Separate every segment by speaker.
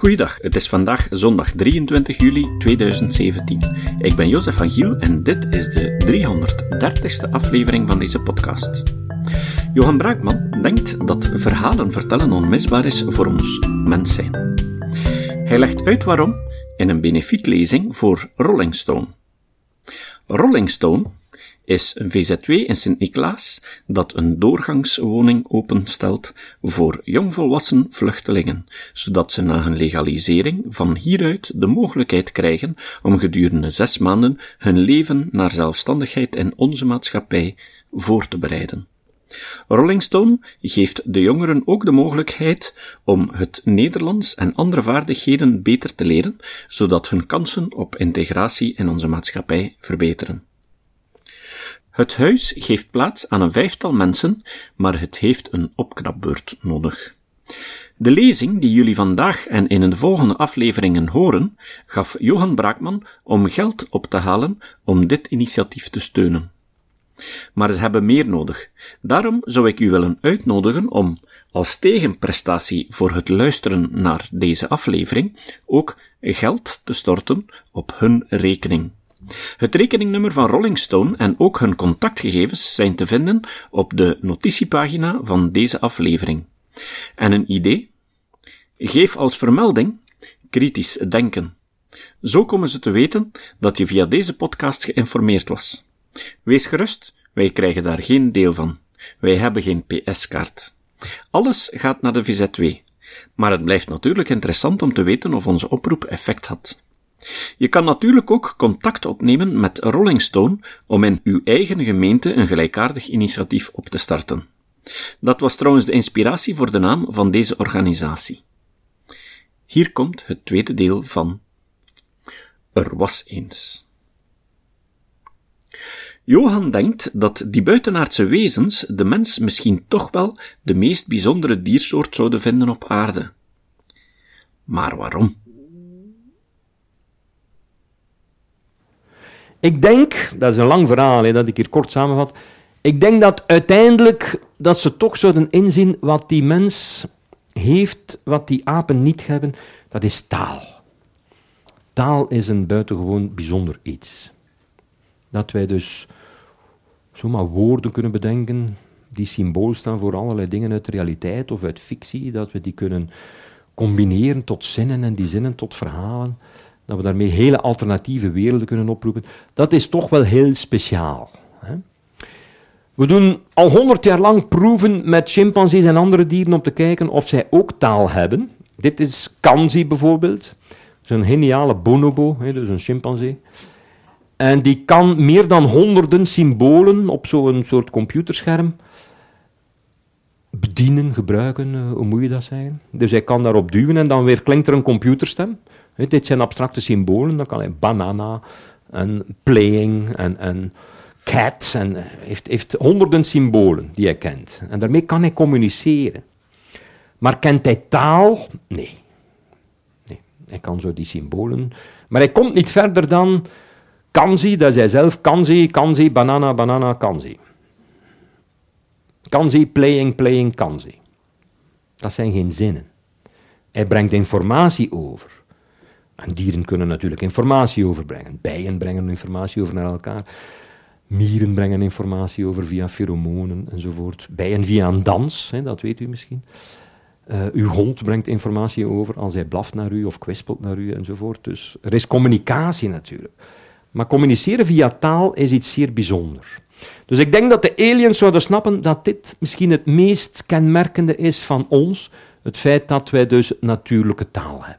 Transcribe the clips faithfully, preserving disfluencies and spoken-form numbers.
Speaker 1: Goeiedag, het is vandaag zondag drieëntwintig juli tweeduizend zeventien. Ik ben Jozef van Giel en dit is de driehonderddertigste aflevering van deze podcast. Johan Braakman denkt dat verhalen vertellen onmisbaar is voor ons mens zijn. Hij legt uit waarom in een benefietlezing voor Rolling Stone. Rolling Stone is een V Z W in Sint-Niklaas dat een doorgangswoning openstelt voor jongvolwassen vluchtelingen, zodat ze na hun legalisering van hieruit de mogelijkheid krijgen om gedurende zes maanden hun leven naar zelfstandigheid in onze maatschappij voor te bereiden. Rolling Stone geeft de jongeren ook de mogelijkheid om het Nederlands en andere vaardigheden beter te leren, zodat hun kansen op integratie in onze maatschappij verbeteren. Het huis geeft plaats aan een vijftal mensen, maar het heeft een opknapbeurt nodig. De lezing die jullie vandaag en in de volgende afleveringen horen, gaf Johan Braakman om geld op te halen om dit initiatief te steunen. Maar ze hebben meer nodig. Daarom zou ik u willen uitnodigen om, als tegenprestatie voor het luisteren naar deze aflevering, ook geld te storten op hun rekening. Het rekeningnummer van Rolling Stone en ook hun contactgegevens zijn te vinden op de notitiepagina van deze aflevering. En een idee? Geef als vermelding kritisch denken. Zo komen ze te weten dat je via deze podcast geïnformeerd was. Wees gerust, wij krijgen daar geen deel van. Wij hebben geen P S-kaart. Alles gaat naar de V Z W. Maar het blijft natuurlijk interessant om te weten of onze oproep effect had. Je kan natuurlijk ook contact opnemen met Rolling Stone om in uw eigen gemeente een gelijkaardig initiatief op te starten. Dat was trouwens de inspiratie voor de naam van deze organisatie. Hier komt het tweede deel van Er was eens. Johan denkt dat die buitenaardse wezens de mens misschien toch wel de meest bijzondere diersoort zouden vinden op aarde. Maar waarom?
Speaker 2: Ik denk, dat is een lang verhaal, hè, dat ik hier kort samenvat. Ik denk dat uiteindelijk dat ze toch zouden inzien wat die mens heeft, wat die apen niet hebben, dat is taal. Taal is een buitengewoon bijzonder iets. Dat wij dus zomaar woorden kunnen bedenken die symbool staan voor allerlei dingen uit de realiteit of uit fictie, dat we die kunnen combineren tot zinnen en die zinnen tot verhalen. Dat we daarmee hele alternatieve werelden kunnen oproepen, dat is toch wel heel speciaal. Hè? We doen al honderd jaar lang proeven met chimpansees en andere dieren om te kijken of zij ook taal hebben. Dit is Kanzi bijvoorbeeld, zo'n geniale bonobo, hè, dus een chimpansee. En die kan meer dan honderden symbolen op zo'n soort computerscherm bedienen, gebruiken, uh, hoe moet je dat zeggen? Dus hij kan daarop duwen en dan weer klinkt er een computerstem. He, dit zijn abstracte symbolen, dan kan hij banana en playing en, en cat, en heeft, heeft honderden symbolen die hij kent. En daarmee kan hij communiceren. Maar kent hij taal? Nee. nee. Hij kan zo die symbolen, maar hij komt niet verder dan Kanzi, dat is hij zelf, Kanzi, Kanzi, banana, banana, Kanzi. Kanzi, playing, playing, Kanzi. Dat zijn geen zinnen. Hij brengt informatie over. En dieren kunnen natuurlijk informatie overbrengen. Bijen brengen informatie over naar elkaar. Mieren brengen informatie over via feromonen enzovoort. Bijen via een dans, hè, dat weet u misschien. Uh, uw hond brengt informatie over als hij blaft naar u of kwispelt naar u enzovoort. Dus er is communicatie natuurlijk. Maar communiceren via taal is iets zeer bijzonders. Dus ik denk dat de aliens zouden snappen dat dit misschien het meest kenmerkende is van ons. Het feit dat wij dus natuurlijke taal hebben.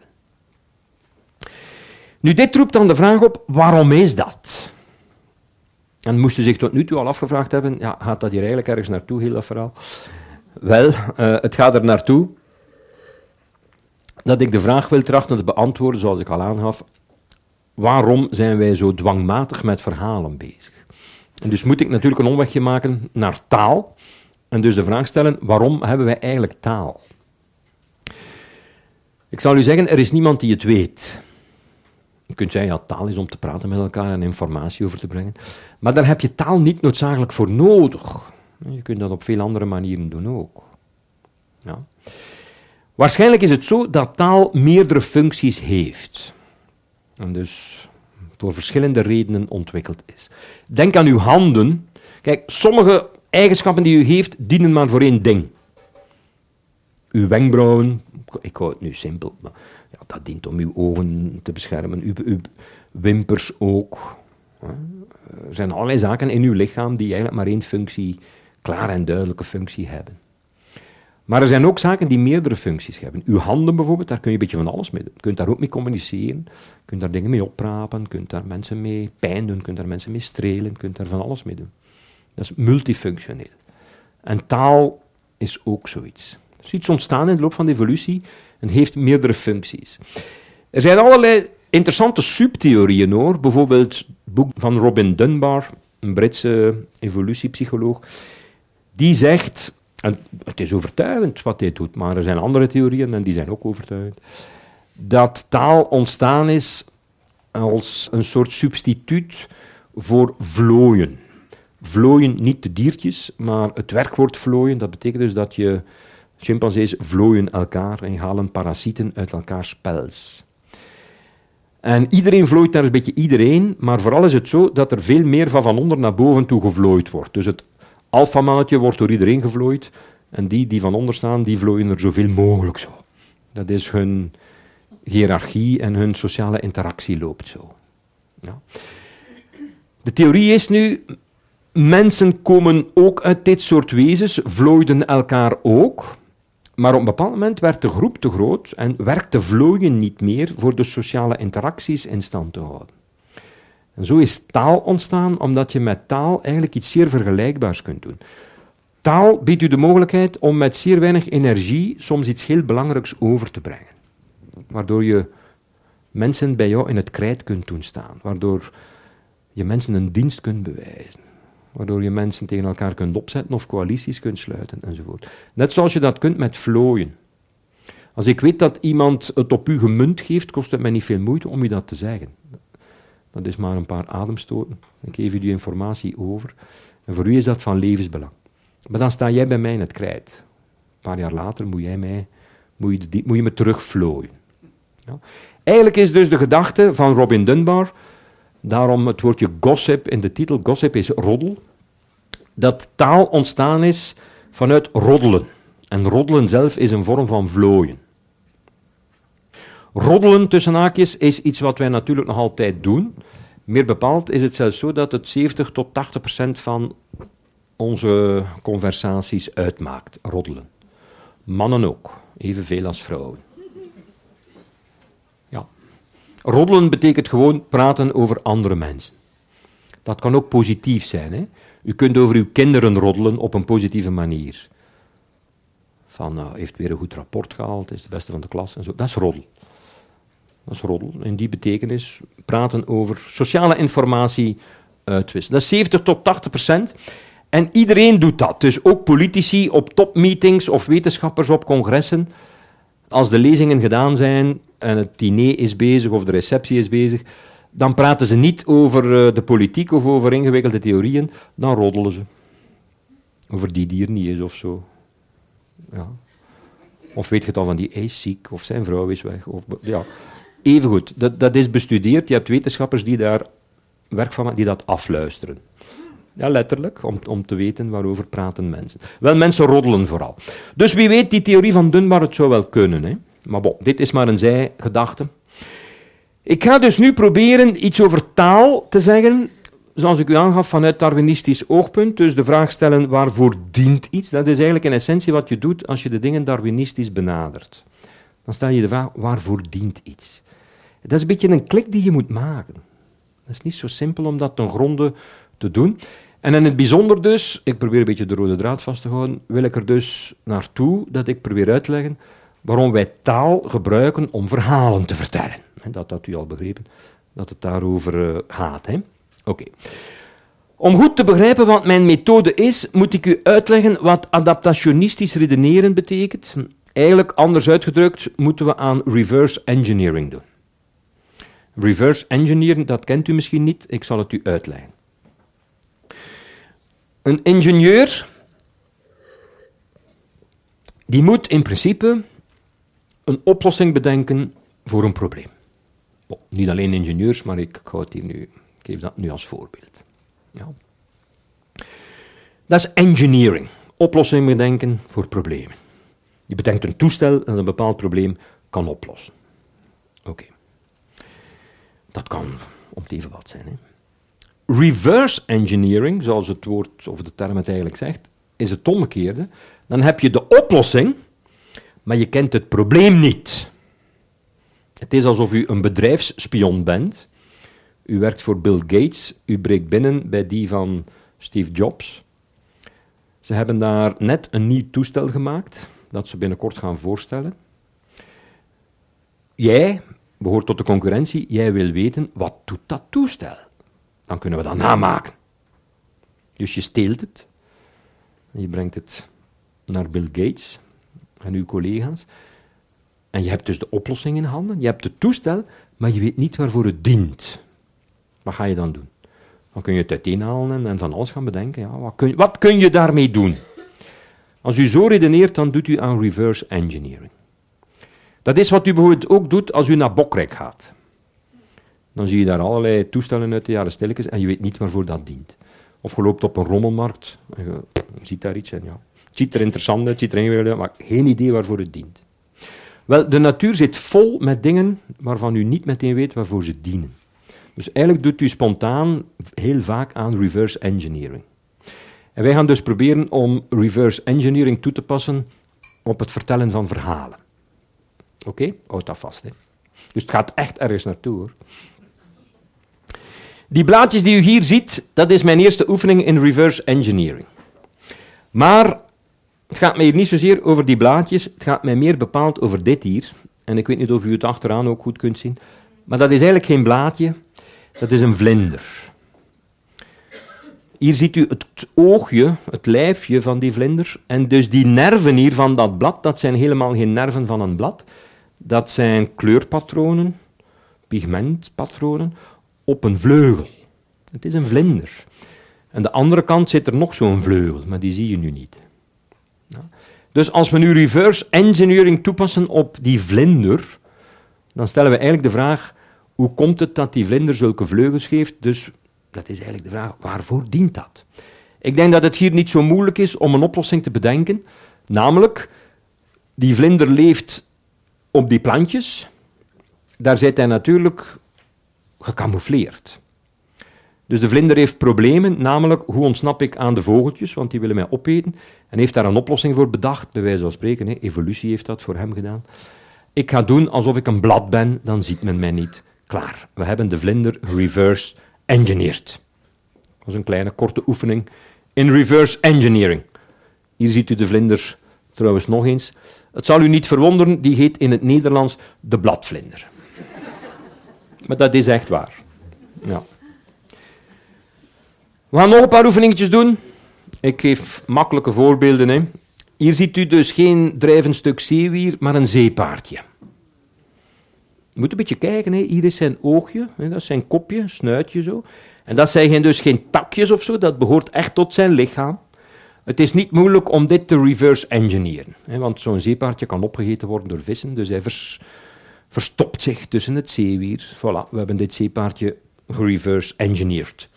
Speaker 2: Nu, dit roept dan de vraag op, waarom is dat? En moesten zich tot nu toe al afgevraagd hebben, ja, gaat dat hier eigenlijk ergens naartoe, heel dat verhaal? Wel, uh, het gaat er naartoe dat ik de vraag wil trachten te beantwoorden, zoals ik al aangaf, waarom zijn wij zo dwangmatig met verhalen bezig? En dus moet ik natuurlijk een omwegje maken naar taal, en dus de vraag stellen, waarom hebben wij eigenlijk taal? Ik zal u zeggen, er is niemand die het weet. Je kunt zeggen, ja, taal is om te praten met elkaar en informatie over te brengen. Maar daar heb je taal niet noodzakelijk voor nodig. Je kunt dat op veel andere manieren doen ook. Ja. Waarschijnlijk is het zo dat taal meerdere functies heeft. En dus voor verschillende redenen ontwikkeld is. Denk aan uw handen. Kijk, sommige eigenschappen die u heeft, dienen maar voor één ding. Uw wenkbrauwen, ik hou het nu simpel, maar ja, dat dient om uw ogen te beschermen. Uw, uw wimpers ook. Er zijn allerlei zaken in uw lichaam die eigenlijk maar één functie, klare en duidelijke functie hebben. Maar er zijn ook zaken die meerdere functies hebben. Uw handen bijvoorbeeld, daar kun je een beetje van alles mee doen. Je kunt daar ook mee communiceren, je kunt daar dingen mee oprapen, je kunt daar mensen mee pijn doen, je kunt daar mensen mee strelen, je kunt daar van alles mee doen. Dat is multifunctioneel. En taal is ook zoiets. Er is iets ontstaan in de loop van de evolutie en heeft meerdere functies. Er zijn allerlei interessante subtheorieën hoor. Bijvoorbeeld het boek van Robin Dunbar, een Britse evolutiepsycholoog, die zegt, en het is overtuigend wat hij doet, maar er zijn andere theorieën en die zijn ook overtuigend, dat taal ontstaan is als een soort substituut voor vlooien. Vlooien, niet de diertjes, maar het werkwoord vlooien, dat betekent dus dat je chimpansees vlooien elkaar en halen parasieten uit elkaars pels. En iedereen vlooit daar een beetje iedereen, maar vooral is het zo dat er veel meer van van onder naar boven toe gevlooid wordt. Dus het alfamannetje wordt door iedereen gevlooid en die die van onder staan, die vlooien er zoveel mogelijk zo. Dat is hun hiërarchie en hun sociale interactie loopt zo. Ja. De theorie is nu, mensen komen ook uit dit soort wezens, vlooiden elkaar ook, maar op een bepaald moment werd de groep te groot en werkte vlooien niet meer voor de sociale interacties in stand te houden. En zo is taal ontstaan, omdat je met taal eigenlijk iets zeer vergelijkbaars kunt doen. Taal biedt u de mogelijkheid om met zeer weinig energie soms iets heel belangrijks over te brengen. Waardoor je mensen bij jou in het krijt kunt doen staan. Waardoor je mensen een dienst kunt bewijzen. Waardoor je mensen tegen elkaar kunt opzetten of coalities kunt sluiten enzovoort. Net zoals je dat kunt met vlooien. Als ik weet dat iemand het op u gemunt geeft, kost het mij niet veel moeite om u dat te zeggen. Dat is maar een paar ademstoten. Ik geef u die informatie over. En voor u is dat van levensbelang. Maar dan sta jij bij mij in het krijt. Een paar jaar later moet, jij mij, moet, je, die, moet je me terugvlooien. Ja. Eigenlijk is dus de gedachte van Robin Dunbar, daarom het woordje gossip in de titel, gossip is roddel, dat taal ontstaan is vanuit roddelen. En roddelen zelf is een vorm van vlooien. Roddelen, tussen haakjes, is iets wat wij natuurlijk nog altijd doen. Meer bepaald is het zelfs zo dat het zeventig tot tachtig procent van onze conversaties uitmaakt, roddelen. Mannen ook, evenveel als vrouwen. Ja. Roddelen betekent gewoon praten over andere mensen. Dat kan ook positief zijn. Hè? U kunt over uw kinderen roddelen op een positieve manier. Van, nou, heeft weer een goed rapport gehaald, is de beste van de klas en zo. Dat is roddel. Dat is roddel. In die betekenis praten over sociale informatie uitwisselen. Dat is zeventig tot tachtig procent. En iedereen doet dat. Dus ook politici op topmeetings of wetenschappers op congressen. Als de lezingen gedaan zijn en het diner is bezig of de receptie is bezig, dan praten ze niet over de politiek of over ingewikkelde theorieën, dan roddelen ze. Over die die er niet is of zo. Ja. Of weet je het al van die, hij is ziek, of zijn vrouw is weg. Of, ja. Evengoed, dat, dat is bestudeerd. Je hebt wetenschappers die daar werk van maken, die dat afluisteren. Ja, letterlijk, om, om te weten waarover praten mensen. Wel, mensen roddelen vooral. Dus wie weet, die theorie van Dunbar, het zou wel kunnen. Hè? Maar bon, dit is maar een zijgedachte. Ik ga dus nu proberen iets over taal te zeggen, zoals ik u aangaf, vanuit Darwinistisch oogpunt. Dus de vraag stellen, waarvoor dient iets? Dat is eigenlijk in essentie wat je doet als je de dingen Darwinistisch benadert. Dan stel je de vraag, waarvoor dient iets? Dat is een beetje een klik die je moet maken. Dat is niet zo simpel om dat ten gronde te doen. En in het bijzonder dus, ik probeer een beetje de rode draad vast te houden, wil ik er dus naartoe dat ik probeer uit te leggen waarom wij taal gebruiken om verhalen te vertellen. Dat had u al begrepen, dat het daarover uh, gaat. Oké. Okay. Om goed te begrijpen wat mijn methode is, moet ik u uitleggen wat adaptationistisch redeneren betekent. Eigenlijk, anders uitgedrukt, moeten we aan reverse engineering doen. Reverse engineering, dat kent u misschien niet, ik zal het u uitleggen. Een ingenieur, die moet in principe een oplossing bedenken voor een probleem. Bon, niet alleen ingenieurs, maar ik, ik, het hier nu, ik geef dat nu als voorbeeld. Ja. Dat is engineering. Oplossing bedenken voor problemen. Je bedenkt een toestel dat een bepaald probleem kan oplossen. Oké. Okay. Dat kan om het even wat zijn. Hè. Reverse engineering, zoals het woord of de term het eigenlijk zegt, is het omgekeerde. Dan heb je de oplossing, maar je kent het probleem niet. Het is alsof u een bedrijfsspion bent. U werkt voor Bill Gates, u breekt binnen bij die van Steve Jobs. Ze hebben daar net een nieuw toestel gemaakt, dat ze binnenkort gaan voorstellen. Jij behoort tot de concurrentie, jij wil weten, wat doet dat toestel? Dan kunnen we dat namaken. Dus je steelt het, en je brengt het naar Bill Gates en uw collega's, en je hebt dus de oplossing in handen, je hebt het toestel, maar je weet niet waarvoor het dient. Wat ga je dan doen? Dan kun je het uiteenhalen en, en van alles gaan bedenken. Ja, wat, kun, wat kun je daarmee doen? Als u zo redeneert, dan doet u aan reverse engineering. Dat is wat u bijvoorbeeld ook doet als u naar Bokrijk gaat. Dan zie je daar allerlei toestellen uit de jaren stilletjes en je weet niet waarvoor dat dient. Of je loopt op een rommelmarkt en je, je ziet daar iets en ja, het ziet er interessant uit, het ziet er ingewikkeld uit, maar geen idee waarvoor het dient. Wel, de natuur zit vol met dingen waarvan u niet meteen weet waarvoor ze dienen. Dus eigenlijk doet u spontaan heel vaak aan reverse engineering. En wij gaan dus proberen om reverse engineering toe te passen op het vertellen van verhalen. Oké? Okay? Houd dat vast. Hè? Dus het gaat echt ergens naartoe, hoor. Die blaadjes die u hier ziet, dat is mijn eerste oefening in reverse engineering. Maar het gaat mij hier niet zozeer over die blaadjes, het gaat mij meer bepaald over dit hier. En ik weet niet of u het achteraan ook goed kunt zien. Maar dat is eigenlijk geen blaadje, dat is een vlinder. Hier ziet u het oogje, het lijfje van die vlinder. En dus die nerven hier van dat blad, dat zijn helemaal geen nerven van een blad. Dat zijn kleurpatronen, pigmentpatronen, op een vleugel. Het is een vlinder. En de andere kant zit er nog zo'n vleugel, maar die zie je nu niet. Ja. Dus als we nu reverse engineering toepassen op die vlinder, dan stellen we eigenlijk de vraag, hoe komt het dat die vlinder zulke vleugels geeft? Dus dat is eigenlijk de vraag, waarvoor dient dat? Ik denk dat het hier niet zo moeilijk is om een oplossing te bedenken, namelijk, die vlinder leeft op die plantjes, daar zit hij natuurlijk gecamoufleerd. Dus de vlinder heeft problemen, namelijk hoe ontsnap ik aan de vogeltjes, want die willen mij opeten, en heeft daar een oplossing voor bedacht, bij wijze van spreken, hè. Evolutie heeft dat voor hem gedaan. Ik ga doen alsof ik een blad ben, dan ziet men mij niet. Klaar, we hebben de vlinder reverse engineered. Dat is een kleine, korte oefening in reverse engineering. Hier ziet u de vlinder trouwens nog eens. Het zal u niet verwonderen, die heet in het Nederlands de bladvlinder. Maar dat is echt waar. Ja. We gaan nog een paar oefeningetjes doen. Ik geef makkelijke voorbeelden. Hè. Hier ziet u dus geen drijvend stuk zeewier, maar een zeepaardje. Je moet een beetje kijken. Hè. Hier is zijn oogje, hè. Dat is zijn kopje, snuitje zo. En dat zijn dus geen takjes of zo, dat behoort echt tot zijn lichaam. Het is niet moeilijk om dit te reverse engineeren. Hè, want zo'n zeepaardje kan opgegeten worden door vissen, dus hij vers, verstopt zich tussen het zeewier. Voilà, we hebben dit zeepaardje gereverse engineered.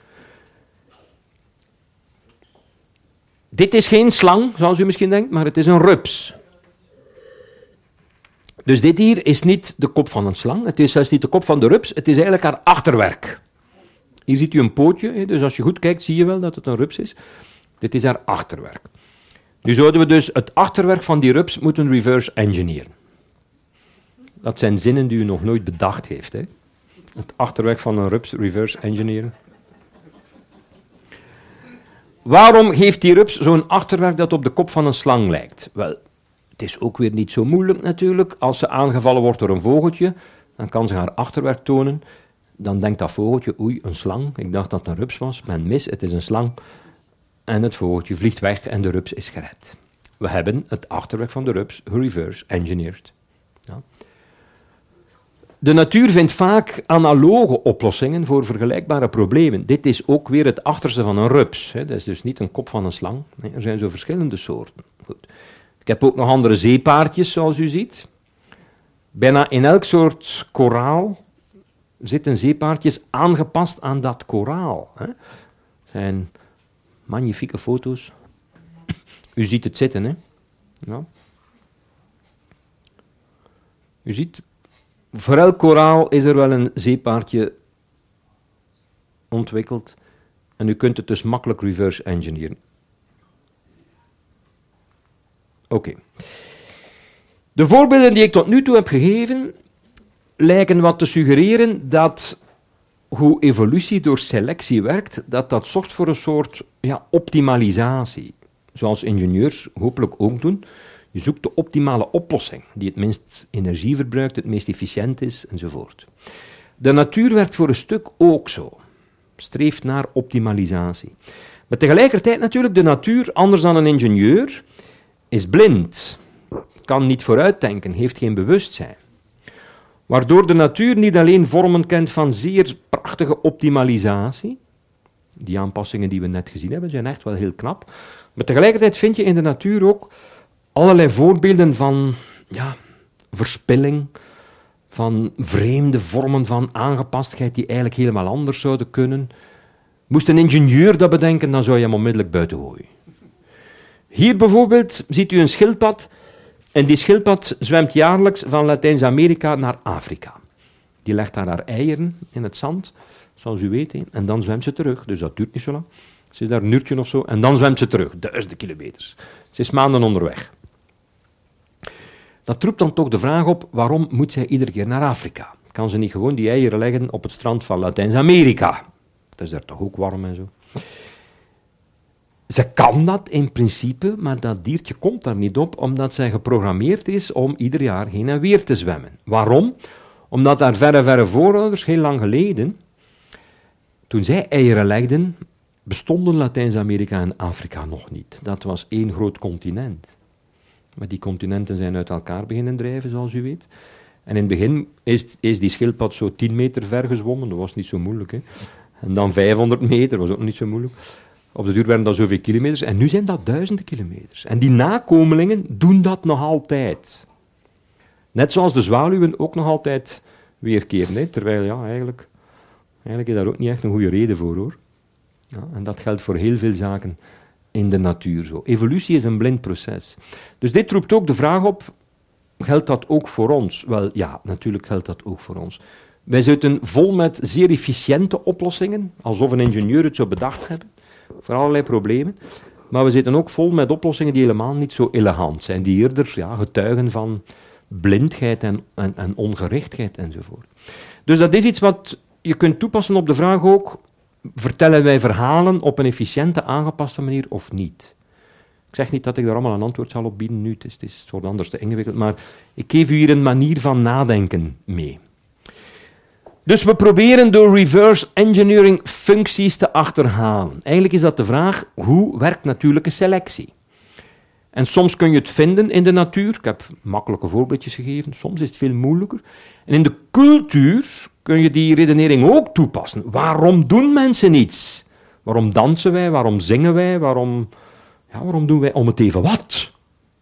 Speaker 2: Dit is geen slang, zoals u misschien denkt, maar het is een rups. Dus dit hier is niet de kop van een slang, het is zelfs niet de kop van de rups, het is eigenlijk haar achterwerk. Hier ziet u een pootje, dus als je goed kijkt zie je wel dat het een rups is. Dit is haar achterwerk. Nu zouden we dus het achterwerk van die rups moeten reverse engineeren. Dat zijn zinnen die u nog nooit bedacht heeft. Hè? Het achterwerk van een rups reverse engineeren. Waarom heeft die rups zo'n achterwerk dat op de kop van een slang lijkt? Wel, het is ook weer niet zo moeilijk natuurlijk. Als ze aangevallen wordt door een vogeltje, dan kan ze haar achterwerk tonen. Dan denkt dat vogeltje, oei, een slang. Ik dacht dat het een rups was. Men mis, het is een slang. En het vogeltje vliegt weg en de rups is gered. We hebben het achterwerk van de rups reverse engineered. Ja. De natuur vindt vaak analoge oplossingen voor vergelijkbare problemen. Dit is ook weer het achterste van een rups. Hè. Dat is dus niet een kop van een slang. Nee, er zijn zo verschillende soorten. Goed. Ik heb ook nog andere zeepaardjes, zoals u ziet. Bijna in elk soort koraal zitten zeepaardjes aangepast aan dat koraal. Hè. Zijn magnifieke foto's. U ziet het zitten, hè? Ja. U ziet, voor elk koraal is er wel een zeepaardje ontwikkeld en u kunt het dus makkelijk reverse engineeren. Oké. Okay. De voorbeelden die ik tot nu toe heb gegeven lijken wat te suggereren dat hoe evolutie door selectie werkt, dat dat zorgt voor een soort ja, optimalisatie. Zoals ingenieurs hopelijk ook doen. Je zoekt de optimale oplossing, die het minst energie verbruikt, het meest efficiënt is, enzovoort. De natuur werkt voor een stuk ook zo. Streeft naar optimalisatie. Maar tegelijkertijd natuurlijk, de natuur, anders dan een ingenieur, is blind. Kan niet vooruitdenken, heeft geen bewustzijn. Waardoor de natuur niet alleen vormen kent van zeer prachtige optimalisatie. Die aanpassingen die we net gezien hebben, zijn echt wel heel knap. Maar tegelijkertijd vind je in de natuur ook allerlei voorbeelden van ja, verspilling, van vreemde vormen van aangepastheid die eigenlijk helemaal anders zouden kunnen. Moest een ingenieur dat bedenken, dan zou je hem onmiddellijk buiten gooien. Hier bijvoorbeeld ziet u een schildpad en die schildpad zwemt jaarlijks van Latijns-Amerika naar Afrika. Die legt daar haar eieren in het zand, zoals u weet, en dan zwemt ze terug, dus dat duurt niet zo lang. Ze is daar een uurtje of zo en dan zwemt ze terug, duizenden kilometers. Ze is maanden onderweg. Dat roept dan toch de vraag op, waarom moet zij iedere keer naar Afrika? Kan ze niet gewoon die eieren leggen op het strand van Latijns-Amerika? Het is daar toch ook warm en zo. Ze kan dat in principe, maar dat diertje komt daar niet op, omdat zij geprogrammeerd is om ieder jaar heen en weer te zwemmen. Waarom? Omdat haar verre, verre voorouders, heel lang geleden, toen zij eieren legden, bestonden Latijns-Amerika en Afrika nog niet. Dat was één groot continent. Maar die continenten zijn uit elkaar beginnen drijven, zoals u weet. En in het begin is, is die schildpad zo tien meter ver gezwommen, dat was niet zo moeilijk. Hè? En dan vijfhonderd meter, was ook niet zo moeilijk. Op de duur werden dat zoveel kilometers, en nu zijn dat duizenden kilometers. En die nakomelingen doen dat nog altijd. Net zoals de zwaluwen ook nog altijd weerkeren. Hè? Terwijl, ja, eigenlijk, eigenlijk is daar ook niet echt een goede reden voor, hoor. Ja, en dat geldt voor heel veel zaken in de natuur zo. Evolutie is een blind proces. Dus dit roept ook de vraag op, geldt dat ook voor ons? Wel, ja, natuurlijk geldt dat ook voor ons. Wij zitten vol met zeer efficiënte oplossingen, alsof een ingenieur het zou bedacht hebben, voor allerlei problemen. Maar we zitten ook vol met oplossingen die helemaal niet zo elegant zijn, die eerder ja, getuigen van blindheid en, en, en ongerichtheid enzovoort. Dus dat is iets wat je kunt toepassen op de vraag ook, vertellen wij verhalen op een efficiënte, aangepaste manier of niet? Ik zeg niet dat ik daar allemaal een antwoord zal op bieden nu, het is, het is het wordt anders te ingewikkeld, maar ik geef u hier een manier van nadenken mee. Dus we proberen door reverse engineering functies te achterhalen. Eigenlijk is dat de vraag, hoe werkt natuurlijke selectie? En soms kun je het vinden in de natuur, ik heb makkelijke voorbeeldjes gegeven, soms is het veel moeilijker. En in de cultuur kun je die redenering ook toepassen. Waarom doen mensen iets? Waarom dansen wij? Waarom zingen wij? Waarom, ja, waarom doen wij om het even wat?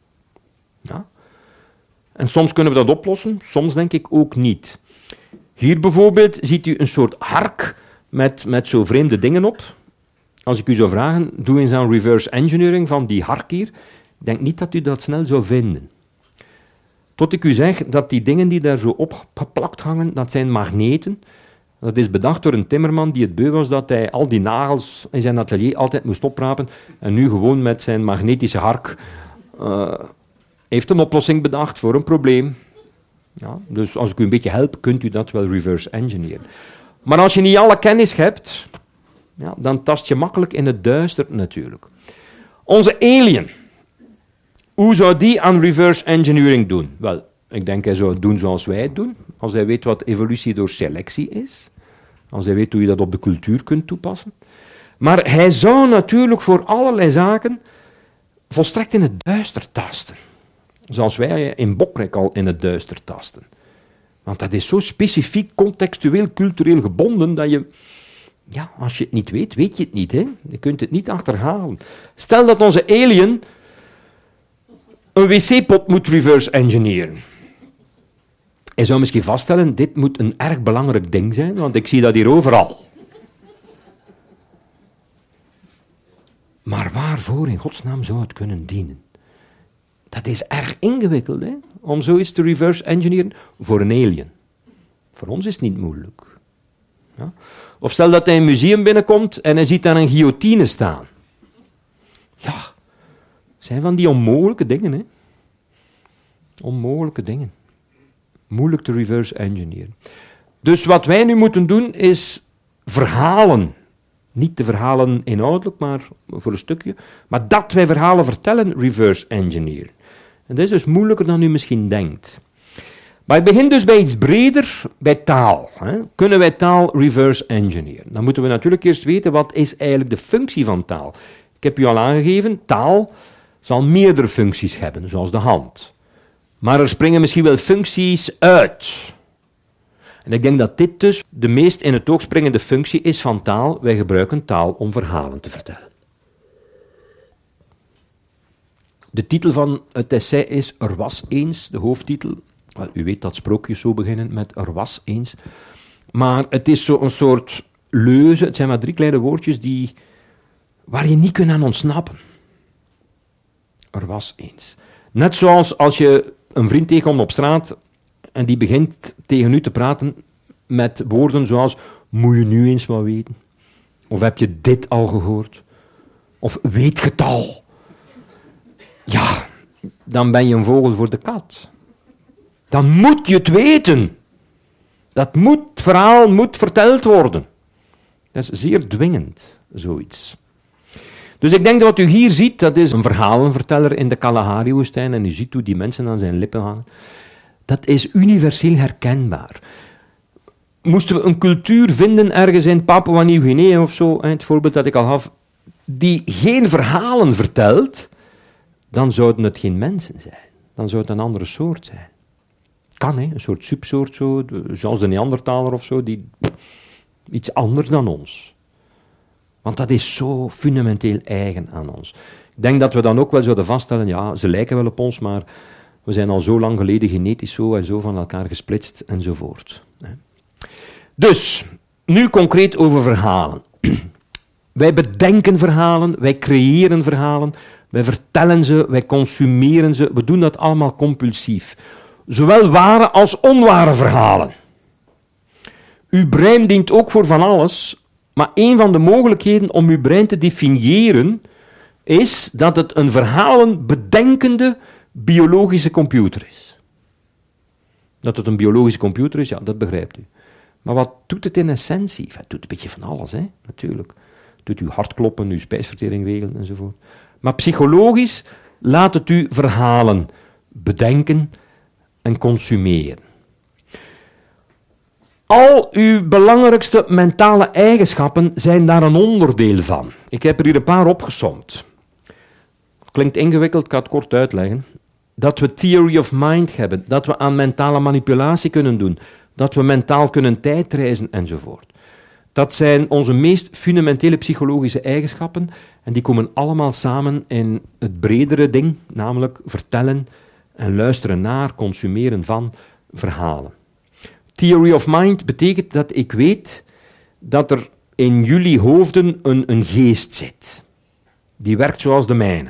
Speaker 2: Ja. En soms kunnen we dat oplossen, soms denk ik ook niet. Hier bijvoorbeeld ziet u een soort hark met, met zo vreemde dingen op. Als ik u zou vragen, doe eens aan reverse engineering van die hark hier. Ik denk niet dat u dat snel zou vinden. Tot ik u zeg dat die dingen die daar zo opgeplakt hangen, dat zijn magneten. Dat is bedacht door een timmerman die het beu was dat hij al die nagels in zijn atelier altijd moest oprapen en nu gewoon met zijn magnetische hark uh, heeft een oplossing bedacht voor een probleem. Ja, dus als ik u een beetje help, kunt u dat wel reverse engineeren. Maar als je niet alle kennis hebt, ja, dan tast je makkelijk in het duister natuurlijk. Onze alien, hoe zou die aan reverse engineering doen? Wel, ik denk hij zou het doen zoals wij het doen. Als hij weet wat evolutie door selectie is. Als hij weet hoe je dat op de cultuur kunt toepassen. Maar hij zou natuurlijk voor allerlei zaken volstrekt in het duister tasten. Zoals wij in Bokrek al in het duister tasten. Want dat is zo specifiek, contextueel, cultureel gebonden, dat je, ja, als je het niet weet, weet je het niet, hè? Je kunt het niet achterhalen. Stel dat onze alien een wc-pot moet reverse engineeren. Hij zou misschien vaststellen, dit moet een erg belangrijk ding zijn, want ik zie dat hier overal. Maar waarvoor in godsnaam zou het kunnen dienen? Dat is erg ingewikkeld, hè? Om zoiets te reverse engineeren voor een alien. Voor ons is het niet moeilijk. Ja? Of stel dat hij in een museum binnenkomt en hij ziet daar een guillotine staan. Ja, zijn van die onmogelijke dingen, hè? Onmogelijke dingen. Moeilijk te reverse engineeren. Dus wat wij nu moeten doen is verhalen. Niet de verhalen inhoudelijk, maar voor een stukje. Maar dat wij verhalen vertellen, reverse engineeren. En dat is dus moeilijker dan u misschien denkt. Maar ik begin dus bij iets breder, bij taal. Hè. Kunnen wij taal reverse engineeren? Dan moeten we natuurlijk eerst weten, wat is eigenlijk de functie van taal? Ik heb u al aangegeven, taal zal meerdere functies hebben, zoals de hand. Maar er springen misschien wel functies uit. En ik denk dat dit dus de meest in het oog springende functie is van taal. Wij gebruiken taal om verhalen te vertellen. De titel van het essay is Er was eens, de hoofdtitel. Wel, u weet dat sprookjes zo beginnen met Er was eens. Maar het is zo een soort leuze, het zijn maar drie kleine woordjes die, waar je niet kunt aan ontsnappen. Er was eens. Net zoals als je een vriend tegenkomt op straat en die begint tegen u te praten met woorden zoals, moet je nu eens wat weten? Of heb je dit al gehoord? Of weet je het al? Ja, dan ben je een vogel voor de kat. Dan moet je het weten. Dat moet, het verhaal moet verteld worden. Dat is zeer dwingend, zoiets. Dus ik denk dat wat u hier ziet, dat is een verhalenverteller in de Kalahari-woestijn, en u ziet hoe die mensen aan zijn lippen hangen. Dat is universeel herkenbaar. Moesten we een cultuur vinden ergens in Papua Nieuw-Guinea of zo, het voorbeeld dat ik al had, die geen verhalen vertelt, dan zouden het geen mensen zijn. Dan zou het een andere soort zijn. Kan, hè? Een soort subsoort, zo, zoals de Neandertaler of zo, die iets anders dan ons. Want dat is zo fundamenteel eigen aan ons. Ik denk dat we dan ook wel zouden vaststellen, ja, ze lijken wel op ons, maar we zijn al zo lang geleden genetisch zo en zo van elkaar gesplitst enzovoort. Dus, nu concreet over verhalen. Wij bedenken verhalen, wij creëren verhalen, wij vertellen ze, wij consumeren ze, we doen dat allemaal compulsief. Zowel ware als onware verhalen. Uw brein dient ook voor van alles, maar een van de mogelijkheden om uw brein te definiëren is dat het een verhalenbedenkende biologische computer is. Dat het een biologische computer is, ja, dat begrijpt u. Maar wat doet het in essentie? Het doet een beetje van alles, hè, natuurlijk. Het doet uw hart kloppen, uw spijsvertering regelen enzovoort. Maar psychologisch laat het u verhalen bedenken en consumeren. Al uw belangrijkste mentale eigenschappen zijn daar een onderdeel van. Ik heb er hier een paar opgesomd. Klinkt ingewikkeld, ik ga het kort uitleggen. Dat we theory of mind hebben, dat we aan mentale manipulatie kunnen doen, dat we mentaal kunnen tijdreizen enzovoort. Dat zijn onze meest fundamentele psychologische eigenschappen en die komen allemaal samen in het bredere ding, namelijk vertellen en luisteren naar, consumeren van verhalen. Theory of mind betekent dat ik weet dat er in jullie hoofden een, een geest zit. Die werkt zoals de mijne.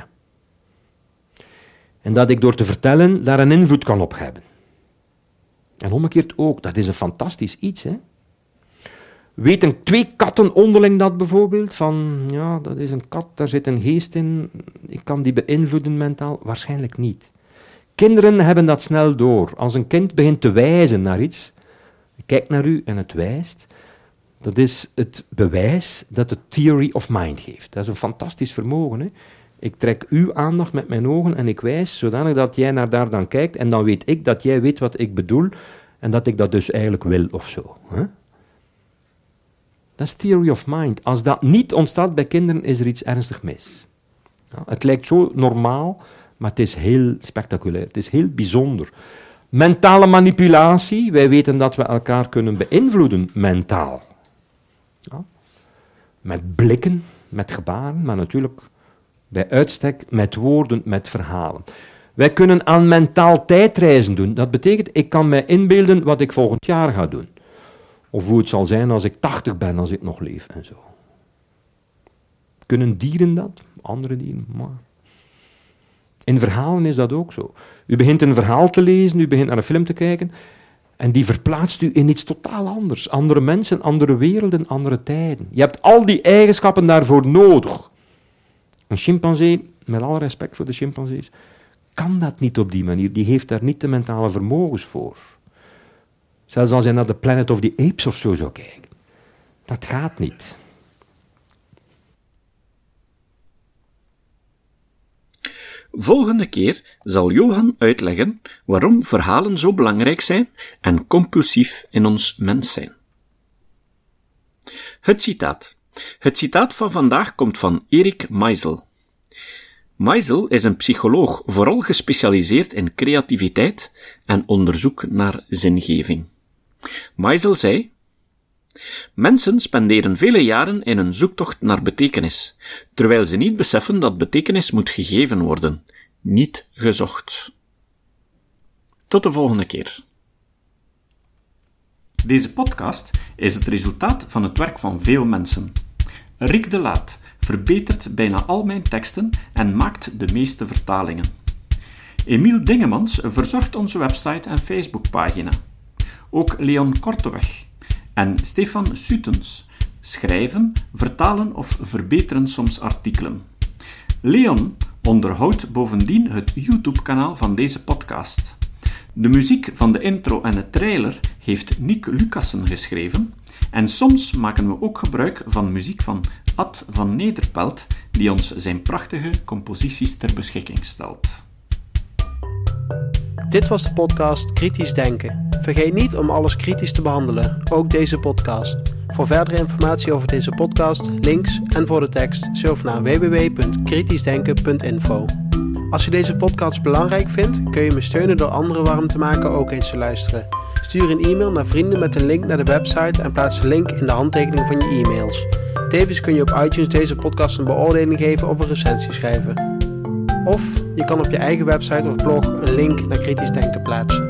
Speaker 2: En dat ik door te vertellen daar een invloed kan op hebben. En omgekeerd ook, dat is een fantastisch iets, hè. Weten twee katten onderling dat bijvoorbeeld? Van, ja, dat is een kat, daar zit een geest in, ik kan die beïnvloeden mentaal? Waarschijnlijk niet. Kinderen hebben dat snel door. Als een kind begint te wijzen naar iets, kijkt naar u en het wijst, dat is het bewijs dat het theory of mind geeft. Dat is een fantastisch vermogen, hè. Ik trek uw aandacht met mijn ogen en ik wijs, zodanig dat jij naar daar dan kijkt en dan weet ik dat jij weet wat ik bedoel en dat ik dat dus eigenlijk wil of zo. Hè? Dat is theory of mind. Als dat niet ontstaat bij kinderen, is er iets ernstig mis. Ja, het lijkt zo normaal, maar het is heel spectaculair. Het is heel bijzonder. Mentale manipulatie. Wij weten dat we elkaar kunnen beïnvloeden mentaal. Ja. Met blikken, met gebaren, maar natuurlijk bij uitstek met woorden, met verhalen. Wij kunnen aan mentaal tijdreizen doen. Dat betekent, ik kan mij inbeelden wat ik volgend jaar ga doen. Of hoe het zal zijn als ik tachtig ben, als ik nog leef en zo. Kunnen dieren dat? Andere dieren? Maar... In verhalen is dat ook zo. U begint een verhaal te lezen, u begint naar een film te kijken, en die verplaatst u in iets totaal anders. Andere mensen, andere werelden, andere tijden. Je hebt al die eigenschappen daarvoor nodig. Een chimpansee, met alle respect voor de chimpansees, kan dat niet op die manier. Die heeft daar niet de mentale vermogens voor. Zelfs als hij naar de Planet of the Apes of zo zou kijken. Dat gaat niet.
Speaker 1: Volgende keer zal Johan uitleggen waarom verhalen zo belangrijk zijn en compulsief in ons mens zijn. Het citaat. Het citaat van vandaag komt van Erik Meisel. Meisel is een psycholoog, vooral gespecialiseerd in creativiteit en onderzoek naar zingeving. Meisel zei: mensen spenderen vele jaren in een zoektocht naar betekenis, terwijl ze niet beseffen dat betekenis moet gegeven worden, niet gezocht. Tot de volgende keer. Deze podcast is het resultaat van het werk van veel mensen. Rick de Laat verbetert bijna al mijn teksten en maakt de meeste vertalingen. Emiel Dingemans verzorgt onze website en Facebookpagina. Ook Leon Korteweg en Stefan Sutens schrijven, vertalen of verbeteren soms artikelen. Leon onderhoudt bovendien het YouTube-kanaal van deze podcast. De muziek van de intro en de trailer heeft Nick Lucassen geschreven en soms maken we ook gebruik van muziek van Ad van Nederpelt, die ons zijn prachtige composities ter beschikking stelt.
Speaker 3: Dit was de podcast Kritisch Denken. Vergeet niet om alles kritisch te behandelen, ook deze podcast. Voor verdere informatie over deze podcast, links en voor de tekst, surf naar w w w punt kritisch denken punt info. Als je deze podcast belangrijk vindt, kun je me steunen door anderen warm te maken ook eens te luisteren. Stuur een e-mail naar vrienden met een link naar de website en plaats de link in de handtekening van je e-mails. Tevens kun je op iTunes deze podcast een beoordeling geven of een recensie schrijven. Of je kan op je eigen website of blog een link naar Kritisch Denken plaatsen.